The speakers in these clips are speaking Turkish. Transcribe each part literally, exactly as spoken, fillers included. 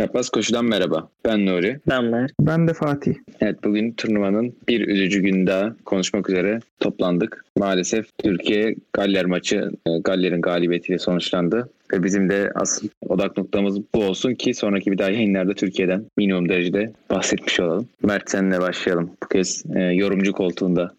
Çapraz Koşu'dan merhaba. Ben Nuri. Ben Mert. Ben de Fatih. Evet, bugün turnuvanın bir üzücü günü daha konuşmak üzere toplandık. Maalesef Türkiye Galler maçı Galler'in galibiyetiyle sonuçlandı. Ve bizim de asıl odak noktamız bu olsun ki sonraki bir daha yayınlarda Türkiye'den minimum derecede bahsetmiş olalım. Mert, seninle başlayalım. Bu kez e, yorumcu koltuğunda.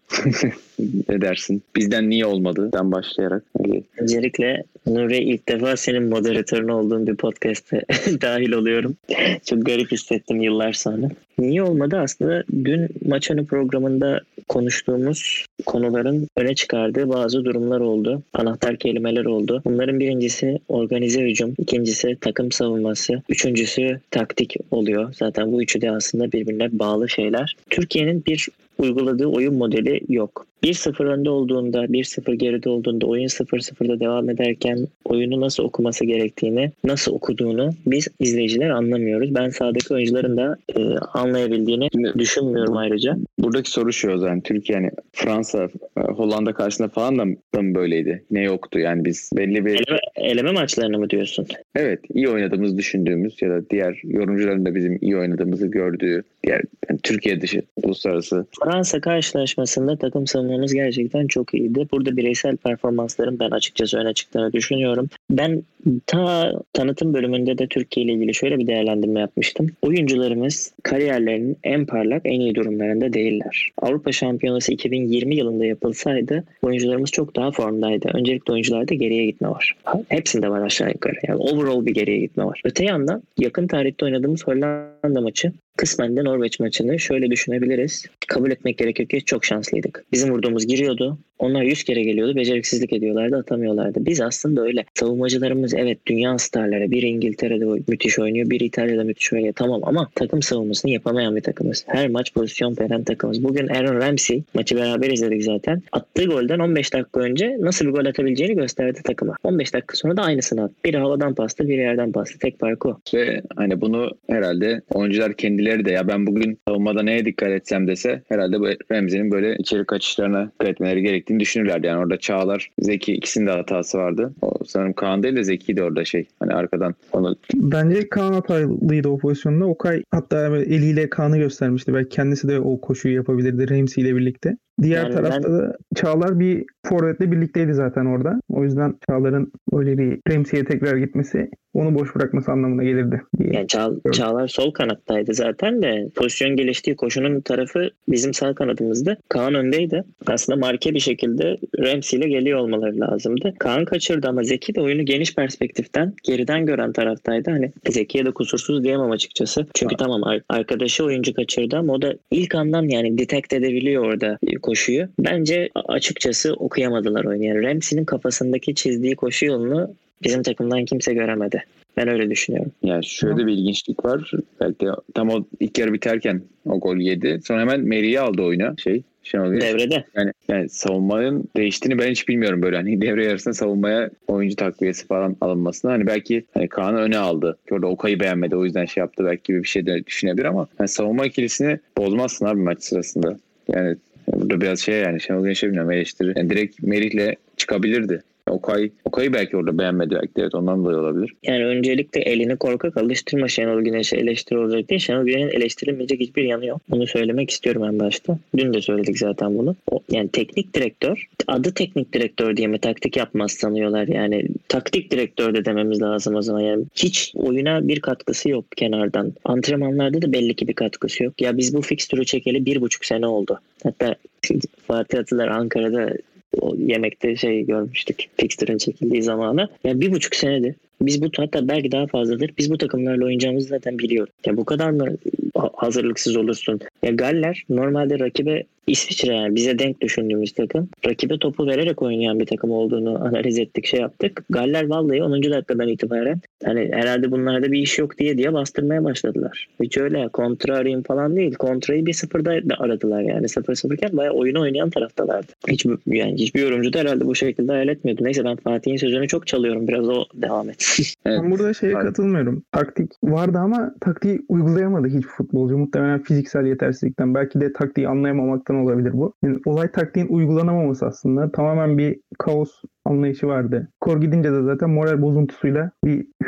Ne dersin? Bizden niye olmadı'dan başlayarak. Öncelikle Nuri, ilk defa senin moderatörün olduğun bir podcast'e dahil oluyorum. Çok garip hissettim yıllar sonra. Niye olmadı? Aslında dün maç önü programında konuştuğumuz konuların öne çıkardığı bazı durumlar oldu. Anahtar kelimeler oldu. Bunların birincisi organize hücum, ikincisi takım savunması, üçüncüsü taktik oluyor. Zaten bu üçü de aslında birbirine bağlı şeyler. Türkiye'nin bir uyguladığı oyun modeli yok. bir sıfır önde olduğunda, bir sıfır geride olduğunda, oyun sıfır sıfırda devam ederken oyunu nasıl okuması gerektiğini, nasıl okuduğunu biz izleyiciler anlamıyoruz. Ben sahadaki oyuncuların da e, anlayabildiğini Şimdi, düşünmüyorum ayrıca. Buradaki soru şu o zaman. Türkiye yani Fransa, Hollanda karşısında falan da, da mı böyleydi? Ne yoktu? Yani biz belli bir... Eleme, eleme maçlarını mı diyorsun? Evet. iyi oynadığımızı düşündüğümüz ya da diğer yorumcuların da bizim iyi oynadığımızı gördüğü diğer yani Türkiye dışı uluslararası. Fransa karşılaşmasında takım savunmamız gerçekten çok iyiydi. Burada bireysel performansların ben açıkçası öne çıktığını düşünüyorum. Ben ta tanıtım bölümünde de Türkiye ile ilgili şöyle bir değerlendirme yapmıştım. Oyuncularımız kariyerlerinin en parlak, en iyi durumlarında değiller. Avrupa Şampiyonası iki bin yirmi yılında yapılsaydı oyuncularımız çok daha formdaydı. Öncelikle oyuncularda geriye gitme var. Hepsinde var aşağı yukarı. Yani overall bir geriye gitme var. Öte yandan yakın tarihte oynadığımız Hollanda maçı, kısmen de Norveç maçını şöyle düşünebiliriz. Kabul etmek gerekiyor ki çok şanslıydık. Bizim vurduğumuz giriyordu. Onlar yüz kere geliyordu. Beceriksizlik ediyorlardı, atamıyorlardı. Biz aslında öyle. Savunmacılarımız evet dünya starları. Biri İngiltere'de müthiş oynuyor. Biri İtalya'da müthiş oynuyor. Tamam ama takım savunmasını yapamayan bir takımız. Her maç pozisyon veren takımız. Bugün Aaron Ramsey, maçı beraber izledik zaten. Attığı golden on beş dakika önce nasıl bir gol atabileceğini gösterdi takıma. on beş dakika sonra da aynısını attı. Biri havadan pastı, biri yerden pastı. Tek fark o. Ve hani bunu herhalde oyuncular kendileri de ya ben bugün savunmada neye dikkat etsem dese herhalde bu Ramsey'nin böyle içeri kaçışlarına dikkat etmeleri gerektiğini düşünürlerdi. Yani orada Çağlar, Zeki ikisinin de hatası vardı. O sanırım Kaan değil de Zeki de orada şey hani arkadan onu... Bence Kaan hatalıydı o pozisyonda. Okay hatta eliyle Kaan'ı göstermişti. Belki kendisi de o koşuyu yapabilirdi Ramsey ile birlikte. Diğer yani tarafta ben... da Çağlar bir forvetle birlikteydi zaten orada. O yüzden Çağlar'ın öyle bir Ramsey'e tekrar gitmesi onu boş bırakması anlamına gelirdi diye. Yani Çağ, Çağlar sol kanattaydı zaten de pozisyon geliştiği koşunun tarafı bizim sağ kanadımızda. Kaan öndeydi. Aslında marke bir şekilde Ramsey ile geliyor olmaları lazımdı. Kaan kaçırdı ama Zeki de oyunu geniş perspektiften geriden gören taraftaydı. Hani Zeki'ye de kusursuz diyemem açıkçası. Çünkü ha. tamam arkadaşı oyuncu kaçırdı ama o da ilk andan yani detect edebiliyor orada koşuyu. Bence açıkçası okuyamadılar oyunu. Yani Ramsey'nin kafasındaki çizdiği koşu yolunu bizim takımdan kimse göremedi. Ben öyle düşünüyorum. Yani şöyle bir ilginçlik var. Belki tam o ilk yarı biterken o gol yedi. Sonra hemen Meri'yi aldı oyuna. Şey, Şenol Güneş. Devrede. Yani, yani savunmanın değiştiğini ben hiç bilmiyorum böyle. Hani devre yarısında savunmaya oyuncu takviyesi falan alınmasına. Hani belki hani Kaan'ı öne aldı. Orada Okay'ı beğenmedi. O yüzden şey yaptı. Belki gibi bir şey de düşünebilir ama yani savunma ikilisini bozmazsın abi maç sırasında. Yani burada biraz şey yani Şenol Güneş'e bilmiyorum eleştiri. Yani direkt Merih'le çıkabilirdi. Okay, Okay'ı belki orada beğenmedi. Belki evet ondan dolayı olabilir. Yani öncelikle elini korkak alıştırma Şenol Güneş'e eleştiri olacak diye. Şenol Güneş'in eleştirilmeyecek hiçbir yanı yok. Bunu söylemek istiyorum en başta. Dün de söyledik zaten bunu. O, yani teknik direktör, adı teknik direktör diye mi taktik yapmaz sanıyorlar. Yani taktik direktör de dememiz lazım o zaman. Yani hiç oyuna bir katkısı yok kenardan. Antrenmanlarda da belli ki bir katkısı yok. Ya biz bu fikstürü çekeli bir buçuk sene oldu. Hatta Fatih Atılar Ankara'da o yemekte şey görmüştük. Fixture'ın çekildiği zamanı. Yani bir buçuk senedir. Biz bu hatta belki daha fazladır. Biz bu takımlarla oynayacağımızı zaten biliyoruz. Ya bu kadar mı hazırlıksız olursun? Ya Galler normalde rakibe İsviçre yani bize denk düşündüğümüz takım. Rakibe topu vererek oynayan bir takım olduğunu analiz ettik, şey yaptık. Galler vallahi onuncu dakikadan itibaren hani herhalde bunlarda bir iş yok diye diye bastırmaya başladılar. Hiç öyle kontra arayayım falan değil. Kontrayı bir sıfırda aradılar yani. sıfır sıfırken bayağı oyunu oynayan taraftalardı. Hiç, yani hiçbir yorumcu da herhalde bu şekilde hayal etmiyordu. Neyse ben Fatih'in sözünü çok çalıyorum. Biraz o devam et. Evet. Ben burada şeye katılmıyorum. Taktik vardı ama taktiği uygulayamadı hiç futbolcu. Muhtemelen fiziksel yetersizlikten. Belki de taktiği anlayamamaktan olabilir bu. Yani olay taktiğin uygulanamaması aslında. Tamamen bir kaos anlayışı vardı. Skor gidince de zaten moral bozuntusuyla bir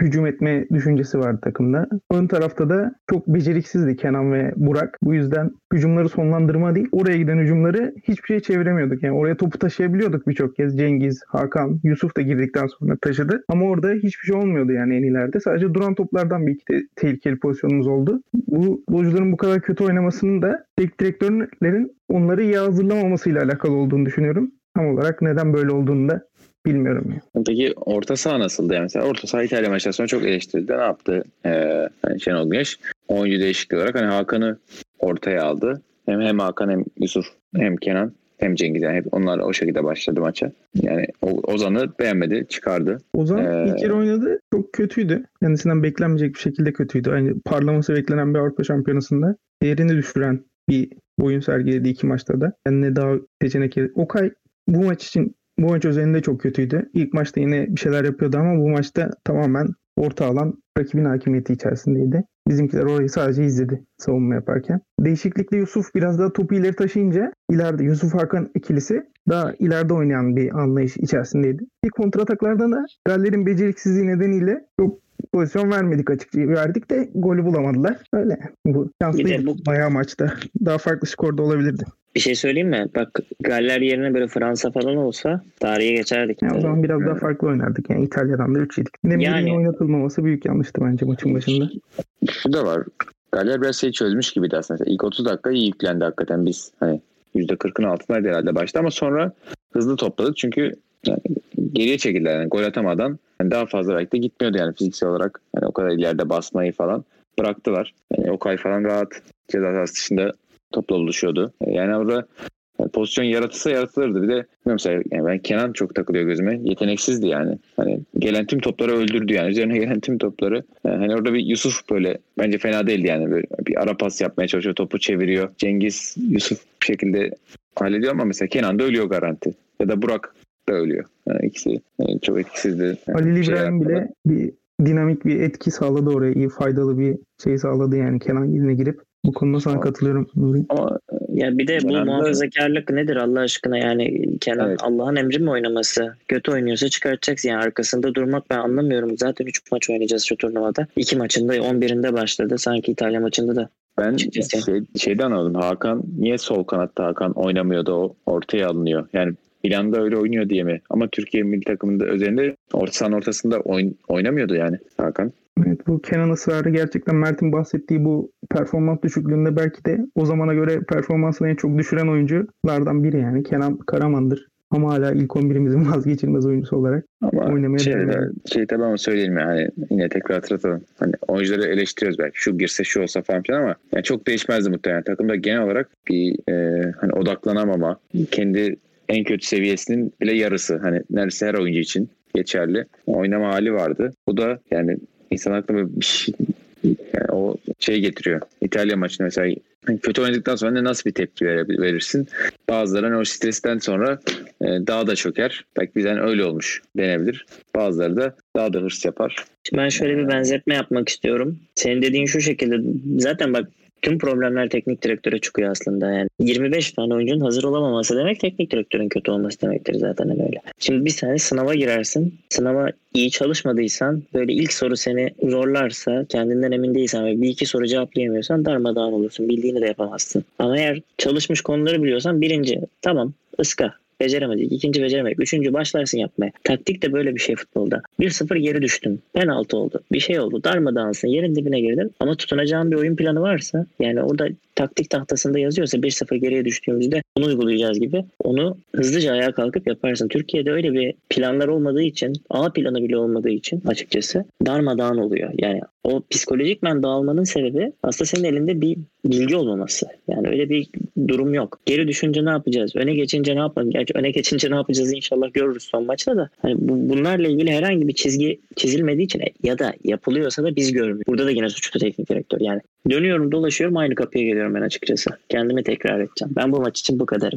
hücum etme düşüncesi vardı takımda. Ön tarafta da çok beceriksizdi Kenan ve Burak. Bu yüzden hücumları sonlandırma değil, oraya giden hücumları hiçbir şey çeviremiyorduk. Yani oraya topu taşıyabiliyorduk birçok kez. Cengiz, Hakan, Yusuf da girdikten sonra taşıdı. Ama orada hiçbir şey olmuyordu yani en ileride. Sadece duran toplardan bir iki te- tehlikeli pozisyonumuz oldu. Bu futbolcuların bu kadar kötü oynamasının da teknik direktörlerin onları iyi hazırlamamasıyla alakalı olduğunu düşünüyorum. Tam olarak neden böyle olduğunu da bilmiyorum yani. Peki orta saha nasıldı? Yani mesela orta saha İtalya maçından sonra çok eleştirildi. Ne yaptı ee, yani Şenol Güneş? Oyuncu değişikliği olarak hani Hakan'ı ortaya aldı. Hem hem Hakan hem Yusuf hem Kenan hem Cengiz, yani hep onlar o şekilde başladı maça. Yani Ozan'ı beğenmedi, çıkardı. Ozan ee, ilk yarı oynadı. Çok kötüydü. Kendisinden beklenmeyecek bir şekilde kötüydü. Yani parlaması beklenen bir Avrupa Şampiyonası'nda değerini düşüren bir oyun sergiledi iki maçta da. Yani daha seçenek. Okay bu maç için bu maç özelinde çok kötüydü. İlk maçta yine bir şeyler yapıyordu ama bu maçta tamamen orta alan rakibin hakimiyeti içerisindeydi. Bizimkiler orayı sadece izledi savunma yaparken. Değişiklikle Yusuf biraz daha topu ileri taşıyınca ileride Yusuf Hakan ikilisi daha ileride oynayan bir anlayış içerisindeydi. Bir kontrataklardan da Galler'in beceriksizliği nedeniyle çok pozisyon vermedik açıkçası. Verdik de golü bulamadılar. Öyle. Bu şanslıydı bu bayağı maçta. Daha farklı skorda olabilirdi. Bir şey söyleyeyim mi? Bak Galler yerine böyle Fransa falan olsa tarihe geçerdik. Yani o zaman biraz daha farklı oynardık. Yani İtalya'dan da üç yedik. Dembele'nin yani, oynatılmaması büyük yanlıştı bence maçın başında. Şu da var. Galler biraz şey çözmüş gibiydi aslında. İlk otuz dakika iyi yüklendi hakikaten biz. Hani yüzde kırkın altındaydı herhalde başta ama sonra hızlı topladık çünkü yani geriye çekildiler. Yani gol atamadan yani daha fazla belki de gitmiyordu yani fiziksel olarak. Yani o kadar ileride basmayı falan bıraktılar. Yani Okay falan rahat ceza sahası dışında topla buluşuyordu. Yani orada yani pozisyon yaratılsa yaratılırdı. Bir de mesela yani ben Kenan çok takılıyor gözüme. Yeteneksizdi yani. Hani gelen tüm topları öldürdü yani. Üzerine gelen tüm topları. Yani hani orada bir Yusuf böyle bence fena değildi yani. Böyle bir ara pas yapmaya çalışıyor. Topu çeviriyor. Cengiz, Yusuf bir şekilde hallediyor ama mesela Kenan da ölüyor garanti. Ya da Burak da ölüyor. Yani ikisi yani çok etkisizdi. Yani Halil İbrahim şey bile bir dinamik bir etki sağladı oraya. İyi faydalı bir şey sağladı yani Kenan yerine girip. Bu konuda sana ama, katılıyorum. Ama ya bir de bu Kenan'da... muhafazakarlık nedir Allah aşkına yani Kenan evet. Allah'ın emri mi oynaması? Kötü oynuyorsa çıkartacaksın yani arkasında durmak ben anlamıyorum. Zaten üç maç oynayacağız şu turnuvada. iki maçında on birinde başladı. Sanki İtalya maçında da. Ben şey, şeyden anladım. Hakan niye sol kanatta Hakan oynamıyordu o ortaya alınıyor. Yani İran'da öyle oynuyor diye mi? Ama Türkiye milli takımında özelinde orta sahanın ortasında oyn, oynamıyordu yani Hakan. Evet, bu Kenan ısrarı gerçekten Mert'in bahsettiği bu performans düşüklüğünde belki de o zamana göre performansını en çok düşüren oyunculardan biri yani. Kenan Karaman'dır. Ama hala ilk on birimizin vazgeçilmez oyuncusu olarak ama oynamaya şey, devam ediyor. Şey tabii ama söyleyelim ya hani yine tekrar hatırlatalım. Hani oyuncuları eleştiriyoruz belki şu girse şu olsa falan filan ama yani çok değişmezdi muhtemelen. Takımda genel olarak bir e, hani odaklanamama, kendi en kötü seviyesinin bile yarısı. Hani neredeyse her oyuncu için geçerli. Oynama hali vardı. Bu da yani insan aklına bir şey, yani o şey getiriyor. İtalya maçında mesela kötü oynadıktan sonra ne nasıl bir tepki verirsin? Bazıları hani o stresten sonra e, daha da çöker. Belki bizden öyle olmuş denebilir. Bazıları da daha da hırs yapar. Ben şöyle bir benzetme yapmak istiyorum. Senin dediğin şu şekilde zaten bak tüm problemler teknik direktöre çıkıyor aslında yani. yirmi beş tane oyuncunun hazır olamaması demek teknik direktörün kötü olması demektir zaten öyle. Şimdi bir sene sınava girersin. Sınava iyi çalışmadıysan böyle ilk soru seni zorlarsa kendinden emin değilsen ve bir iki soru cevaplayamıyorsan darmadağın olursun. Bildiğini de yapamazsın. Ama eğer çalışmış konuları biliyorsan birinci tamam ıska. Beceremedik. İkinci beceremedik. Üçüncü başlarsın yapmaya. Taktik de böyle bir şey futbolda. bir sıfır geri düştün. Penaltı oldu. Bir şey oldu. Darmadağınsın. Yerin dibine girdin. Ama tutunacağın bir oyun planı varsa yani orada taktik tahtasında yazıyorsa bir sıfır geriye düştüğümüzde bunu uygulayacağız gibi onu hızlıca ayağa kalkıp yaparsın. Türkiye'de öyle bir planlar olmadığı için A planı bile olmadığı için açıkçası darmadağın oluyor. Yani o psikolojikmen dağılmanın sebebi aslında senin elinde bir bilgi olmaması. Yani öyle bir durum yok. Geri düşünce ne yapacağız? Öne geçince ne yapalım? Gerçi öne geçince ne yapacağız inşallah görürüz son maçta da. Hani bu, bunlarla ilgili herhangi bir çizgi çizilmediği için ya da yapılıyorsa da biz görmüyoruz. Burada da yine suçlu teknik direktör. Yani dönüyorum dolaşıyorum aynı kapıya geliyorum ben açıkçası. Kendimi tekrar edeceğim. Ben bu maç için bu kadarım.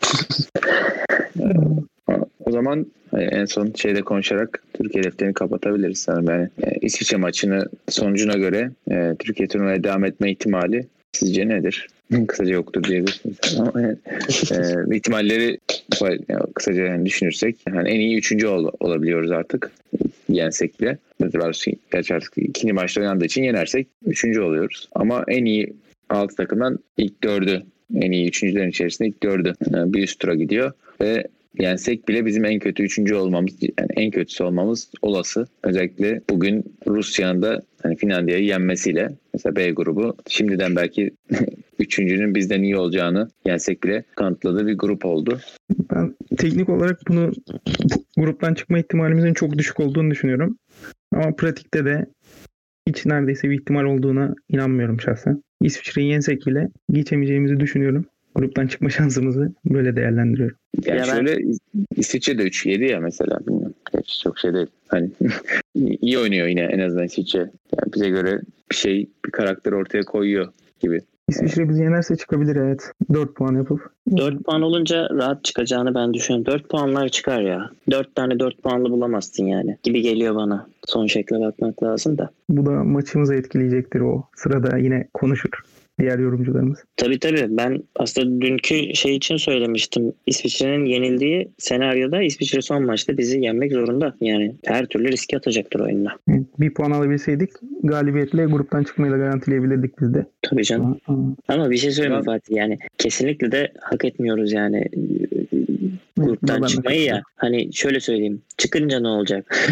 O zaman en son şeyde konuşarak Türkiye defterini kapatabiliriz sanırım. Yani İsviçre maçını sonucuna göre e, Türkiye turnuvaya devam etme ihtimali sizce nedir? Kısaca yoktur diyebilirsiniz. Ama yani, e, ihtimalleri yani kısaca yani düşünürsek yani en iyi üçüncü ol, olabiliyoruz artık. Yensek bile. mesela gerçi artık ikinci maçta oynandığı için yenersek üçüncü oluyoruz. Ama en iyi altı takımdan ilk dördü, en iyi üçüncülerin içerisinde ilk dördü yani bir üst tura gidiyor ve yensek bile bizim en kötü üçüncü olmamız, yani en kötüsü olmamız olası. Özellikle bugün Rusya'nın da hani Finlandiya'yı yenmesiyle mesela B grubu şimdiden belki üçüncünün bizden iyi olacağını yensek bile kanıtladığı bir grup oldu. Ben teknik olarak bunu gruptan çıkma ihtimalimizin çok düşük olduğunu düşünüyorum. Ama pratikte de hiç neredeyse bir ihtimal olduğuna inanmıyorum şahsen. İsviçre'yi yensek bile geçemeyeceğimizi düşünüyorum. Gruptan çıkma şansımızı böyle değerlendiriyorum. Yani Ya şöyle ben... İsviçre'de üç yedi ya mesela. Bilmiyorum. Çok şey değil. Hani iyi oynuyor yine en azından İsviçre. Yani bize göre bir şey, bir karakter ortaya koyuyor gibi. İsviçre bizi yenerse çıkabilir, evet. dört puan yapıp. dört puan olunca rahat çıkacağını ben düşünüyorum. dört puanlar çıkar ya. dört tane dört puanlı bulamazsın yani. Gibi geliyor bana. Son şekle bakmak lazım da. Bu da maçımızı etkileyecektir o. Sırada yine konuşur diğer yorumcularımız. Tabii tabii. Ben aslında dünkü şey için söylemiştim. İsviçre'nin yenildiği senaryoda İsviçre son maçta bizi yenmek zorunda. Yani her türlü riske atacaktır oyunda. Bir puan alabilseydik galibiyetle gruptan çıkmayı da garantileyebilirdik biz de. Tabii canım. Aa, aa. Ama bir şey söyleyeyim Fatih. Yani kesinlikle de hak etmiyoruz yani gruptan çıkmayı ya. Hani şöyle söyleyeyim. Çıkınca ne olacak?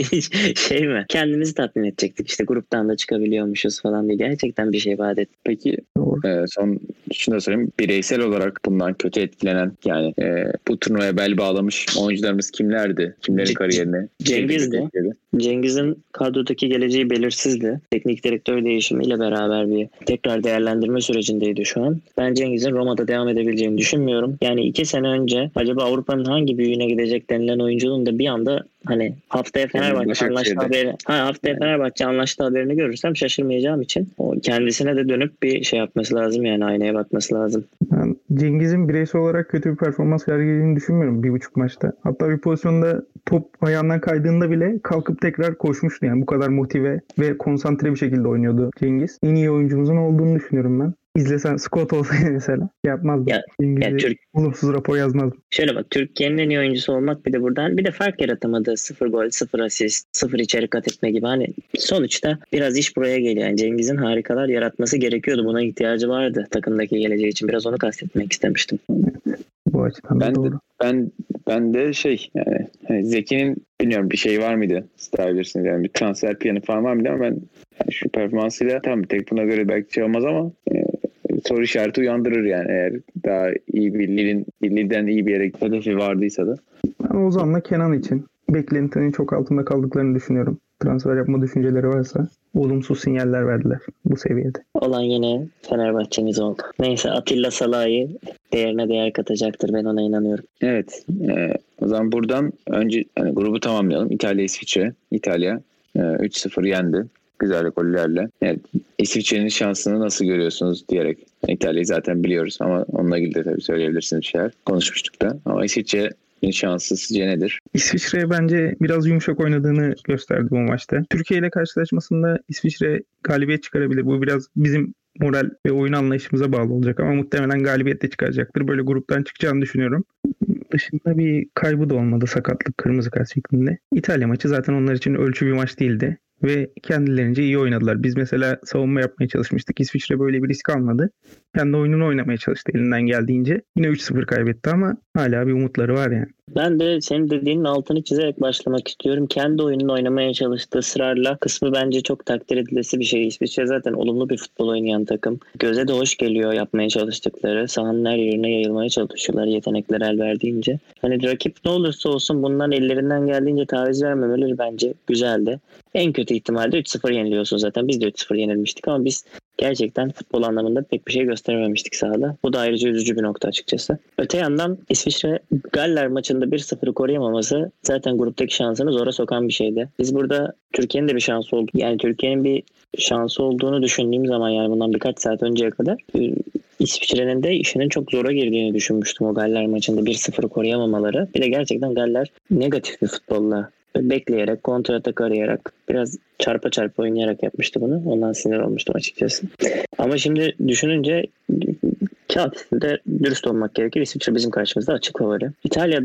Şey mi? Kendimizi tatmin edecektik. İşte gruptan da çıkabiliyormuşuz falan diye. Gerçekten bir şey vaat et. Peki e, son şunu da söyleyeyim. Bireysel olarak bundan kötü etkilenen yani e, bu turnuvaya bel bağlamış oyuncularımız kimlerdi? Kimlerin C- kariyerini? Cengiz'di. Cengiz'in kadrodaki geleceği belirsizdi. Teknik direktör değişimiyle beraber bir tekrar değerlendirme sürecindeydi şu an. Ben Cengiz'in Roma'da devam edebileceğini düşünmüyorum. Yani iki sene önce acaba Avrupa'nın hangi büyüğüne gidecek denilen oyuncunun da bir anda hani haftaya Fenerbahçe yani anlaştı haberi, ha haftaya yani. Fenerbahçe anlaştı haberini görürsem şaşırmayacağım için o kendisine de dönüp bir şey yapması lazım, yani aynaya bakması lazım. Yani Cengiz'in bireysel olarak kötü bir performans sergilediğini düşünmüyorum bir buçuk maçta. Hatta bir pozisyonda top ayağından kaydığında bile kalkıp tekrar koşmuştu, yani bu kadar motive ve konsantre bir şekilde oynuyordu Cengiz. En iyi oyuncumuzun olduğunu düşünüyorum ben. İzlesen Scott olsaydı mesela yapmazdım. Ya, ya Türk, olumsuz rapor yazmazdım. Şöyle bak, Türkiye'nin en iyi oyuncusu olmak bir de buradan bir de fark yaratamadı. Sıfır gol, sıfır asist, sıfır içeri kat etme gibi. Hani sonuçta biraz iş buraya geliyor. Yani Cengiz'in harikalar yaratması gerekiyordu. Buna ihtiyacı vardı takımdaki geleceği için. Biraz onu kastetmek istemiştim. Evet. Bu açıdan ben doğru. De, ben ben de şey yani hani Zeki'nin bilmiyorum bir şey var mıydı? Stabilirsiniz yani bir transfer planı falan var mıydı ama ben yani şu performansıyla tam tek buna göre belki şey olmaz ama e, soru işareti uyandırır yani eğer daha iyi bir Lille'in Lille'den iyi bir yere hedefi vardıysa da. Ben Ozan'la Kenan için beklentinin çok altında kaldıklarını düşünüyorum. Transfer yapma düşünceleri varsa olumsuz sinyaller verdiler bu seviyede. Olan yine Fenerbahçe'miz oldu. Neyse, Atilla Salah'ı değerine değer katacaktır, ben ona inanıyorum. Evet. E, o zaman buradan önce hani grubu tamamlayalım. İtalya, İsviçre. İtalya e, üç sıfır yendi. Güzel gollerle. Yani İsviçre'nin şansını nasıl görüyorsunuz diyerek. İtalya'yı zaten biliyoruz ama onunla ilgili de tabii söyleyebilirsiniz bir şeyler. Konuşmuştuk da. Ama İsviçre'nin şansı sizce nedir? İsviçre bence biraz yumuşak oynadığını gösterdi bu maçta. Türkiye ile karşılaşmasında İsviçre galibiyet çıkarabilir. Bu biraz bizim moral ve oyun anlayışımıza bağlı olacak ama muhtemelen galibiyet de çıkaracaktır. Böyle gruptan çıkacağını düşünüyorum. Dışında bir kaybı da olmadı, sakatlık, kırmızı kart şeklinde. İtalya maçı zaten onlar için ölçü bir maç değildi. Ve kendilerince iyi oynadılar. Biz mesela savunma yapmaya çalışmıştık. İsviçre böyle bir risk almadı. Kendi oyununu oynamaya çalıştı elinden geldiğince. Yine üç sıfır kaybetti ama hala bir umutları var yani. Ben de senin dediğinin altını çizerek başlamak istiyorum. Kendi oyununu oynamaya çalıştığı ısrarla kısmı bence çok takdir edilesi bir şey. İsviçre zaten olumlu bir futbol oynayan takım. Göze de hoş geliyor yapmaya çalıştıkları. Sahanın her yerine yayılmaya çalışıyorlar yetenekler el verdiğince. Hani rakip ne olursa olsun bundan ellerinden geldiğince taviz vermemeleri bence güzeldi. En kötü ihtimalle üç sıfır yeniliyorsun zaten. Biz de üç sıfır yenilmiştik ama biz gerçekten futbol anlamında pek bir şey gösterememiştik sahada. Bu da ayrıca üzücü bir nokta açıkçası. Öte yandan İsviçre Galler maçında bir sıfırı koruyamaması zaten gruptaki şansını zora sokan bir şeydi. Biz burada Türkiye'nin de bir şansı oldu. Yani Türkiye'nin bir şansı olduğunu düşündüğüm zaman, yani bundan birkaç saat önceye kadar İsviçre'nin de işinin çok zora girdiğini düşünmüştüm o Galler maçında bir sıfırı koruyamamaları. Bir de gerçekten Galler negatif bir futbolla bekleyerek, kontratak arayarak, biraz çarpa çarpa oynayarak yapmıştı bunu. Ondan sinir olmuştum açıkçası. Ama şimdi düşününce kağıt üstünde dürüst olmak gerekir. İsviçre bizim karşımızda açık favori. İtalya'da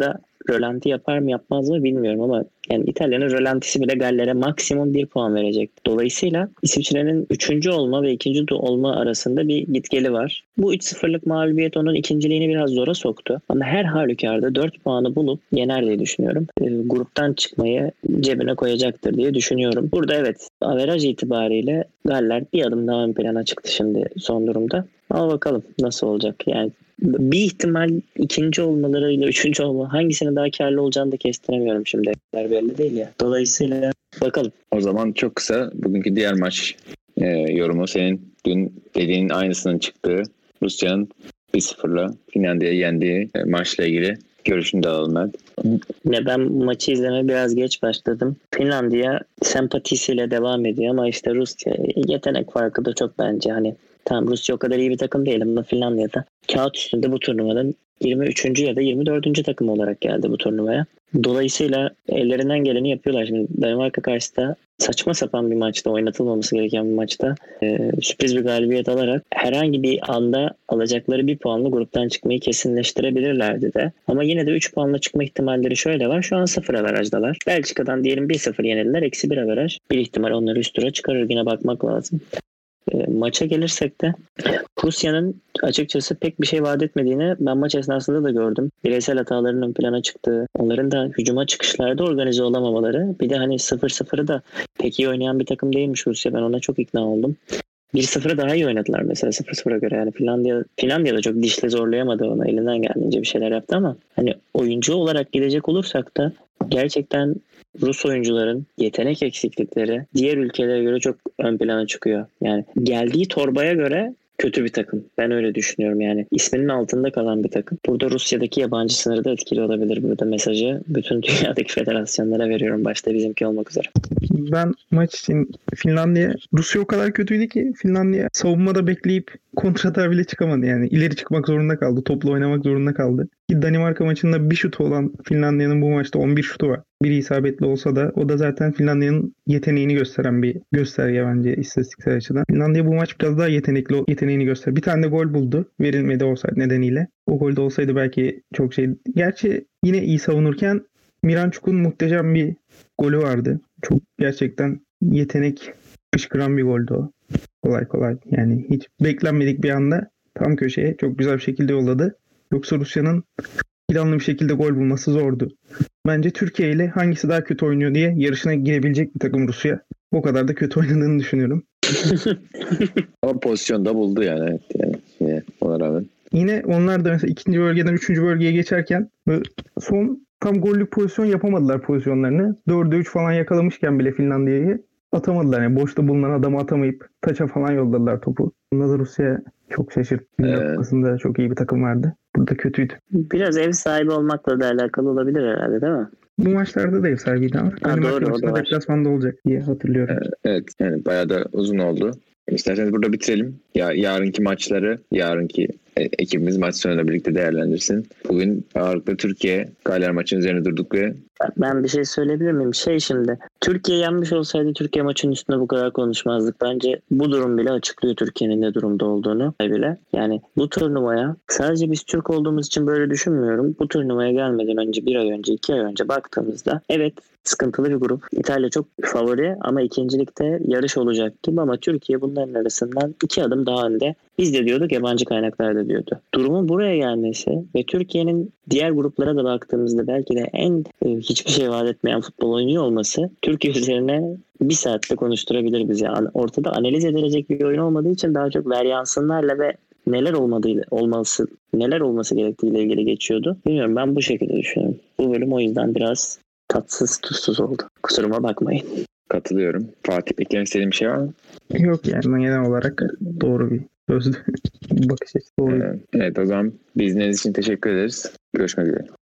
rölanti yapar mı yapmaz mı bilmiyorum ama yani İtalya'nın rölantisi bile Galler'e maksimum bir puan verecek. Dolayısıyla İsviçre'nin üçüncü olma ve ikinci olma arasında bir gitgeli var. Bu üç sıfırlık mağlubiyet onun ikinciliğini biraz zora soktu. Ama her halükarda dört puanı bulup yener diye düşünüyorum. E, gruptan çıkmayı cebine koyacaktır diye düşünüyorum. Burada evet averaj itibariyle Galler bir adım daha ön plana çıktı şimdi son durumda. Ama bakalım nasıl olacak. Yani bir ihtimal ikinci olmalarıyla üçüncü olma hangisinin daha karlı olacağını da kestiremiyorum şimdi. Belli değil ya. Dolayısıyla bakalım. O zaman çok kısa bugünkü diğer maç e, yorumu senin dün dediğinin aynısının çıktığı Rusya'nın bir sıfırla Finlandiya'yı yendiği e, maçla ilgili görüşünü de alalım ben. Ne ben maçı izlemeye biraz geç başladım. Finlandiya sempatisiyle devam ediyor ama işte Rusya yetenek farkı da çok bence hani tamam Rusya o kadar iyi bir takım değil ama Finlandiya'da kağıt üstünde bu turnuvanın yirmi üçüncü ya da yirmi dördüncü takım olarak geldi bu turnuvaya. Dolayısıyla ellerinden geleni yapıyorlar. Şimdi Danimarka karşısında saçma sapan bir maçta, oynatılmaması gereken bir maçta e, sürpriz bir galibiyet alarak herhangi bir anda alacakları bir puanla gruptan çıkmayı kesinleştirebilirlerdi de. Ama yine de üç puanla çıkma ihtimalleri şöyle var. Şu an sıfır averajdalar. Belçika'dan diyelim bir sıfır yenildiler. Eksi bir averaj. Bir ihtimal onları üst tura çıkarır. Yine bakmak lazım. E, maça gelirsek de Rusya'nın açıkçası pek bir şey vaat etmediğini ben maç esnasında da gördüm. Bireysel hatalarının ön plana çıktığı, onların da hücuma çıkışlarda organize olamamaları. Bir de hani sıfır sıfırı da pek iyi oynayan bir takım değilmiş Rusya. Ben ona çok ikna oldum. bir sıfırı daha iyi oynadılar mesela sıfır sıfıra göre. Yani Finlandiya, Finlandiya da çok dişle zorlayamadı onu. Elinden geldiğince bir şeyler yaptı ama hani oyuncu olarak gidecek olursak da gerçekten Rus oyuncuların yetenek eksiklikleri diğer ülkelere göre çok ön plana çıkıyor. Yani geldiği torbaya göre kötü bir takım. Ben öyle düşünüyorum yani. İsminin altında kalan bir takım. Burada Rusya'daki yabancı sınırı da etkili olabilir. Burada mesajı bütün dünyadaki federasyonlara veriyorum. Başta bizimki olmak üzere. Ben maç için Finlandiya, Rusya o kadar kötüydü ki Finlandiya savunmada bekleyip kontrata bile çıkamadı yani. İleri çıkmak zorunda kaldı. Topla oynamak zorunda kaldı. Danimarka maçında bir şutu olan Finlandiya'nın bu maçta on bir şutu var. Biri isabetli olsa da o da zaten Finlandiya'nın yeteneğini gösteren bir gösterge bence istatistiksel açıdan. Finlandiya bu maç biraz daha yetenekli yeteneğini göster. Bir tane de gol buldu. Verilmedi olsaydı nedeniyle. O gol de olsaydı belki çok şey. Gerçi yine iyi savunurken Miranchuk'un muhteşem bir golü vardı. Çok gerçekten yetenek fışkıran bir goldü o. Kolay kolay. Yani hiç beklenmedik bir anda tam köşeye çok güzel bir şekilde yolladı. Yoksa Rusya'nın planlı bir şekilde gol bulması zordu. Bence Türkiye ile hangisi daha kötü oynuyor diye yarışına girebilecek bir takım Rusya. O kadar da kötü oynadığını düşünüyorum. Ama pozisyonda buldu yani. Evet, yani yine ona rağmen. Yine onlar da mesela ikinci bölgeden üçüncü bölgeye geçerken son tam gollük pozisyon yapamadılar pozisyonlarını. dörde üç falan yakalamışken bile Finlandiya'yı atamadılar. Yani boşta bulunan adamı atamayıp taça falan yolladılar topu. Bunda da Rusya çok şaşırttı. Dünya Kupası'nda çok iyi bir takım vardı. Burada kötüydü. Biraz ev sahibi olmakla da alakalı olabilir herhalde değil mi? Bu maçlarda da ev sahibiydi ama. Ha, doğru, maçında deplasmanda olacak diye hatırlıyorum. Evet, yani bayağı da uzun oldu. İsterseniz burada bitirelim. Ya yarınki maçları, yarınki ekibimiz maç sonuyla birlikte değerlendirsin. Bugün ağırlıklı Türkiye Galler maçının üzerine durduk ve ben bir şey söyleyebilir miyim? Şey şimdi Türkiye yenmiş olsaydı Türkiye maçının üstünde bu kadar konuşmazdık. Bence bu durum bile açıklıyor Türkiye'nin ne durumda olduğunu bile. Yani bu turnuvaya sadece biz Türk olduğumuz için böyle düşünmüyorum. Bu turnuvaya gelmeden önce bir ay önce iki ay önce baktığımızda evet sıkıntılı bir grup. İtalya çok favori ama ikincilikte yarış olacaktı ama Türkiye bunların arasından iki adım daha önde. Biz de diyorduk, yabancı kaynaklar da diyordu. Durumun buraya gelmesi ve Türkiye'nin diğer gruplara da baktığımızda belki de en e, hiçbir şey vaat etmeyen futbol oynuyor olması Türkiye üzerine bir saatte konuşturabilir bizi. Yani ortada analiz edilecek bir oyun olmadığı için daha çok varyansınlarla ve neler olmadığı olması neler olması gerektiğiyle ilgili geçiyordu. Bilmiyorum, ben bu şekilde düşünüyorum. Bu bölüm o yüzden biraz tatsız tuzsuz oldu. Kusuruma bakmayın. Katılıyorum. Fatih, eklemek istediğin bir şey var mı? Yok yani genel olarak doğru bir sözdü. Bakış açısı doğru. Evet, o zaman bizleriniz için teşekkür ederiz. Görüşmek üzere.